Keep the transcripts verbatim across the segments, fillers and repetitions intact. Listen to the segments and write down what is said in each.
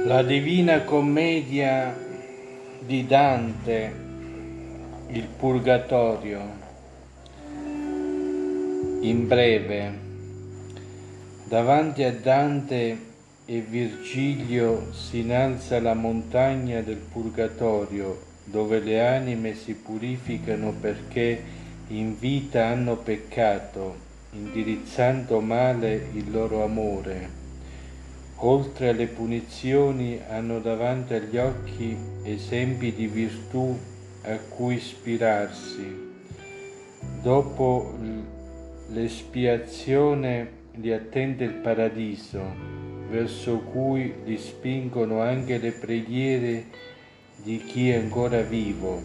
La Divina Commedia di Dante, il Purgatorio. In breve, davanti a Dante e Virgilio si innalza la montagna del Purgatorio, dove le anime si purificano perché in vita hanno peccato, indirizzando male il loro amore. Oltre alle punizioni hanno davanti agli occhi esempi di virtù a cui ispirarsi. Dopo l'espiazione li attende il paradiso, verso cui li spingono anche le preghiere di chi è ancora vivo.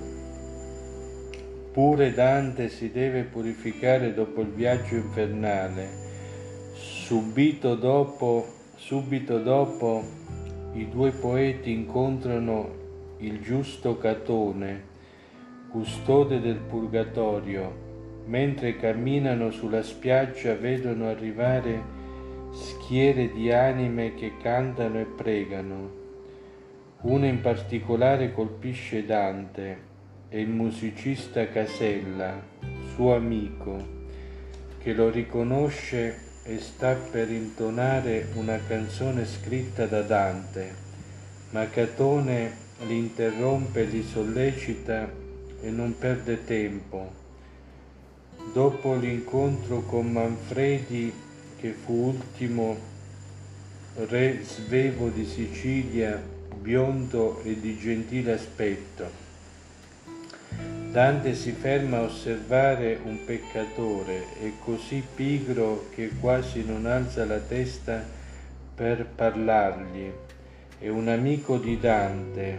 Pure Dante si deve purificare dopo il viaggio infernale. Subito dopo Subito dopo i due poeti incontrano il giusto Catone, custode del Purgatorio. Mentre camminano sulla spiaggia vedono arrivare schiere di anime che cantano e pregano. Una in particolare colpisce Dante, è il musicista Casella, suo amico, che lo riconosce e sta per intonare una canzone scritta da Dante, ma Catone li interrompe, li sollecita e non perde tempo. Dopo l'incontro con Manfredi, che fu ultimo re svevo di Sicilia, biondo e di gentile aspetto, Dante si ferma a osservare un peccatore, è così pigro che quasi non alza la testa per parlargli. È un amico di Dante,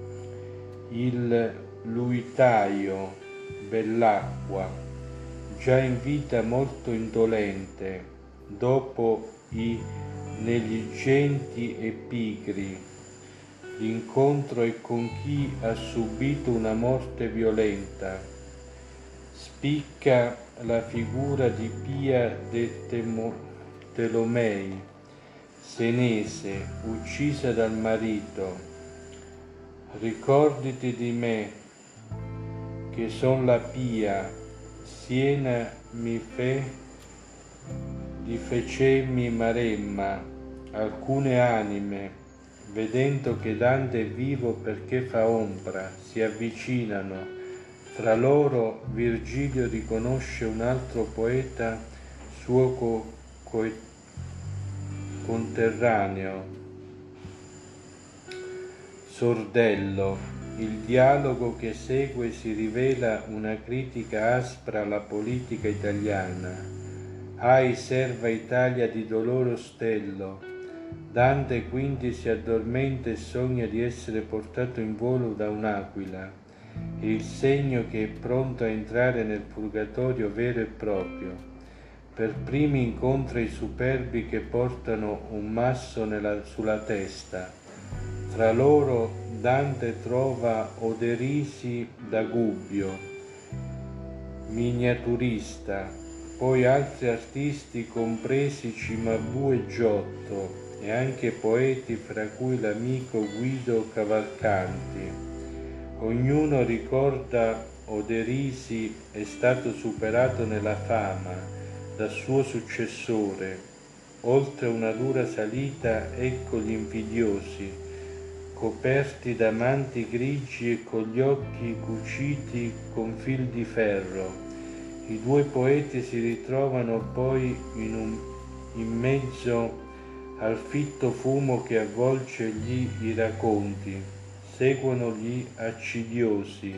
il Luitaio Bellacqua, già in vita molto indolente, dopo i negligenti e pigri. L'incontro è con chi ha subito una morte violenta. Spicca la figura di Pia de Telomei, senese, uccisa dal marito. Ricorditi di me, che son la Pia, Siena mi fe, di fecemmi maremma, alcune anime, vedendo che Dante è vivo perché fa ombra, si avvicinano. Fra loro Virgilio riconosce un altro poeta suo co- co- conterraneo, Sordello. Il dialogo che segue si rivela una critica aspra alla politica italiana. Ahi, serva Italia di dolore ostello. Dante quindi si addormenta e sogna di essere portato in volo da un'aquila, è il segno che è pronto a entrare nel purgatorio vero e proprio. Per primi incontra i superbi che portano un masso nella, sulla testa. Fra loro Dante trova Oderisi da Gubbio, miniaturista, poi altri artisti compresi Cimabue e Giotto, e anche poeti, fra cui l'amico Guido Cavalcanti. Ognuno ricorda Oderisi è stato superato nella fama dal suo successore. Oltre una dura salita, ecco gli invidiosi, coperti da manti grigi e con gli occhi cuciti con fil di ferro. I due poeti si ritrovano poi in, un, in mezzo al fitto fumo che avvolge gli iraconti. Seguono gli accidiosi,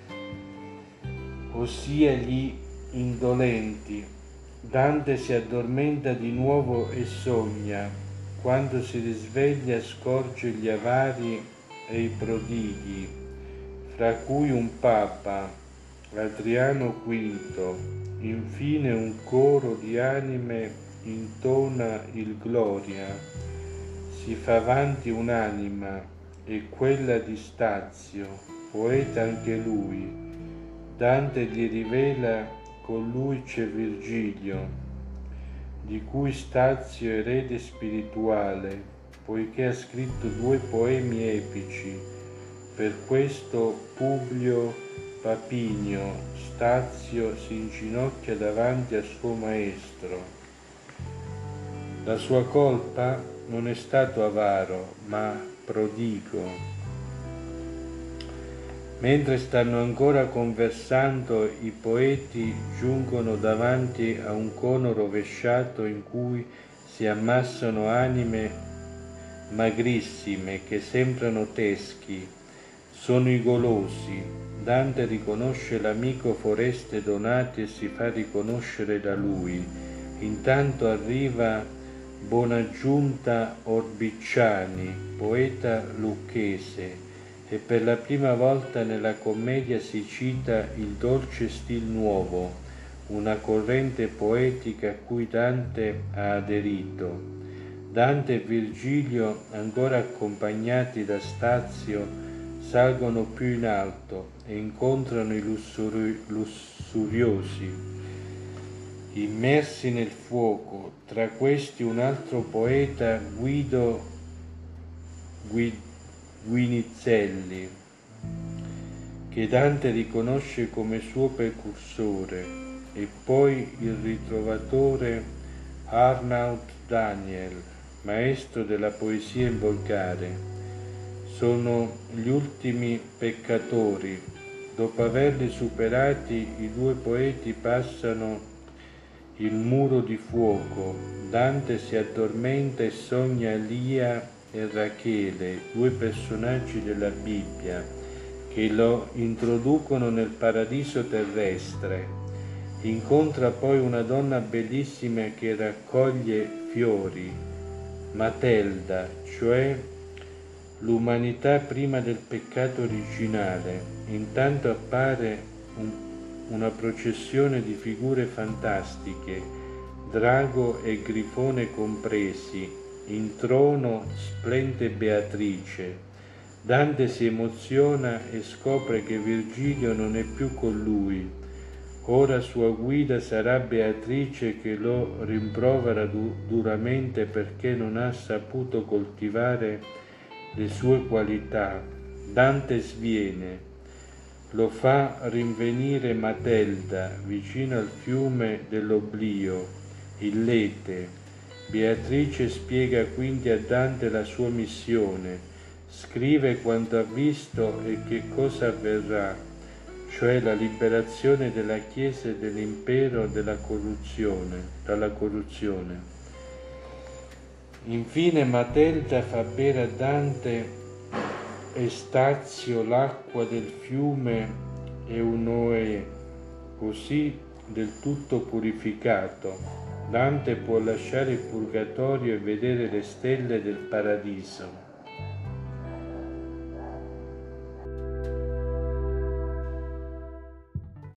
ossia gli indolenti. Dante si addormenta di nuovo e sogna. Quando si risveglia scorge gli avari e i prodighi, fra cui un papa, Adriano quinto, infine un coro di anime intona il Gloria. Si fa avanti un'anima, e quella di Stazio, poeta anche lui. Dante gli rivela con lui c'è Virgilio, di cui Stazio è erede spirituale, poiché ha scritto due poemi epici. Per questo Publio Papinio Stazio si inginocchia davanti al suo maestro. La sua colpa non è stato avaro, ma prodigo. Mentre stanno ancora conversando, i poeti giungono davanti a un cono rovesciato in cui si ammassano anime magrissime che sembrano teschi. Sono i golosi. Dante riconosce l'amico Foreste Donati e si fa riconoscere da lui. Intanto arriva Bonaggiunta Orbicciani, poeta lucchese, e per la prima volta nella commedia si cita il dolce stil nuovo, una corrente poetica a cui Dante ha aderito. Dante e Virgilio, ancora accompagnati da Stazio, salgono più in alto e incontrano i lussuri- lussuriosi, immersi nel fuoco, tra questi un altro poeta, Guido Guid- Guinizelli, che Dante riconosce come suo precursore, e poi il ritrovatore Arnaud Daniel, maestro della poesia in volgare. Sono gli ultimi peccatori. Dopo averli superati, i due poeti passano il muro di fuoco. Dante si addormenta e sogna Lia e Rachele, due personaggi della Bibbia, che lo introducono nel paradiso terrestre. Incontra poi una donna bellissima che raccoglie fiori, Matelda, cioè l'umanità prima del peccato originale. Intanto appare un, una processione di figure fantastiche, drago e grifone compresi. In trono splende Beatrice. Dante si emoziona e scopre che Virgilio non è più con lui. Ora sua guida sarà Beatrice, che lo rimprovera du- duramente perché non ha saputo coltivare le sue qualità. Dante sviene. Lo fa rinvenire Matelda vicino al fiume dell'oblio, il Lete. Beatrice spiega quindi a Dante la sua missione, scrive quanto ha visto e che cosa avverrà, cioè la liberazione della Chiesa e dell'impero della corruzione, dalla corruzione. Infine Matelda fa bere a Dante e Stazio l'acqua del fiume Eunoe, così del tutto purificato. Dante può lasciare il purgatorio e vedere le stelle del paradiso.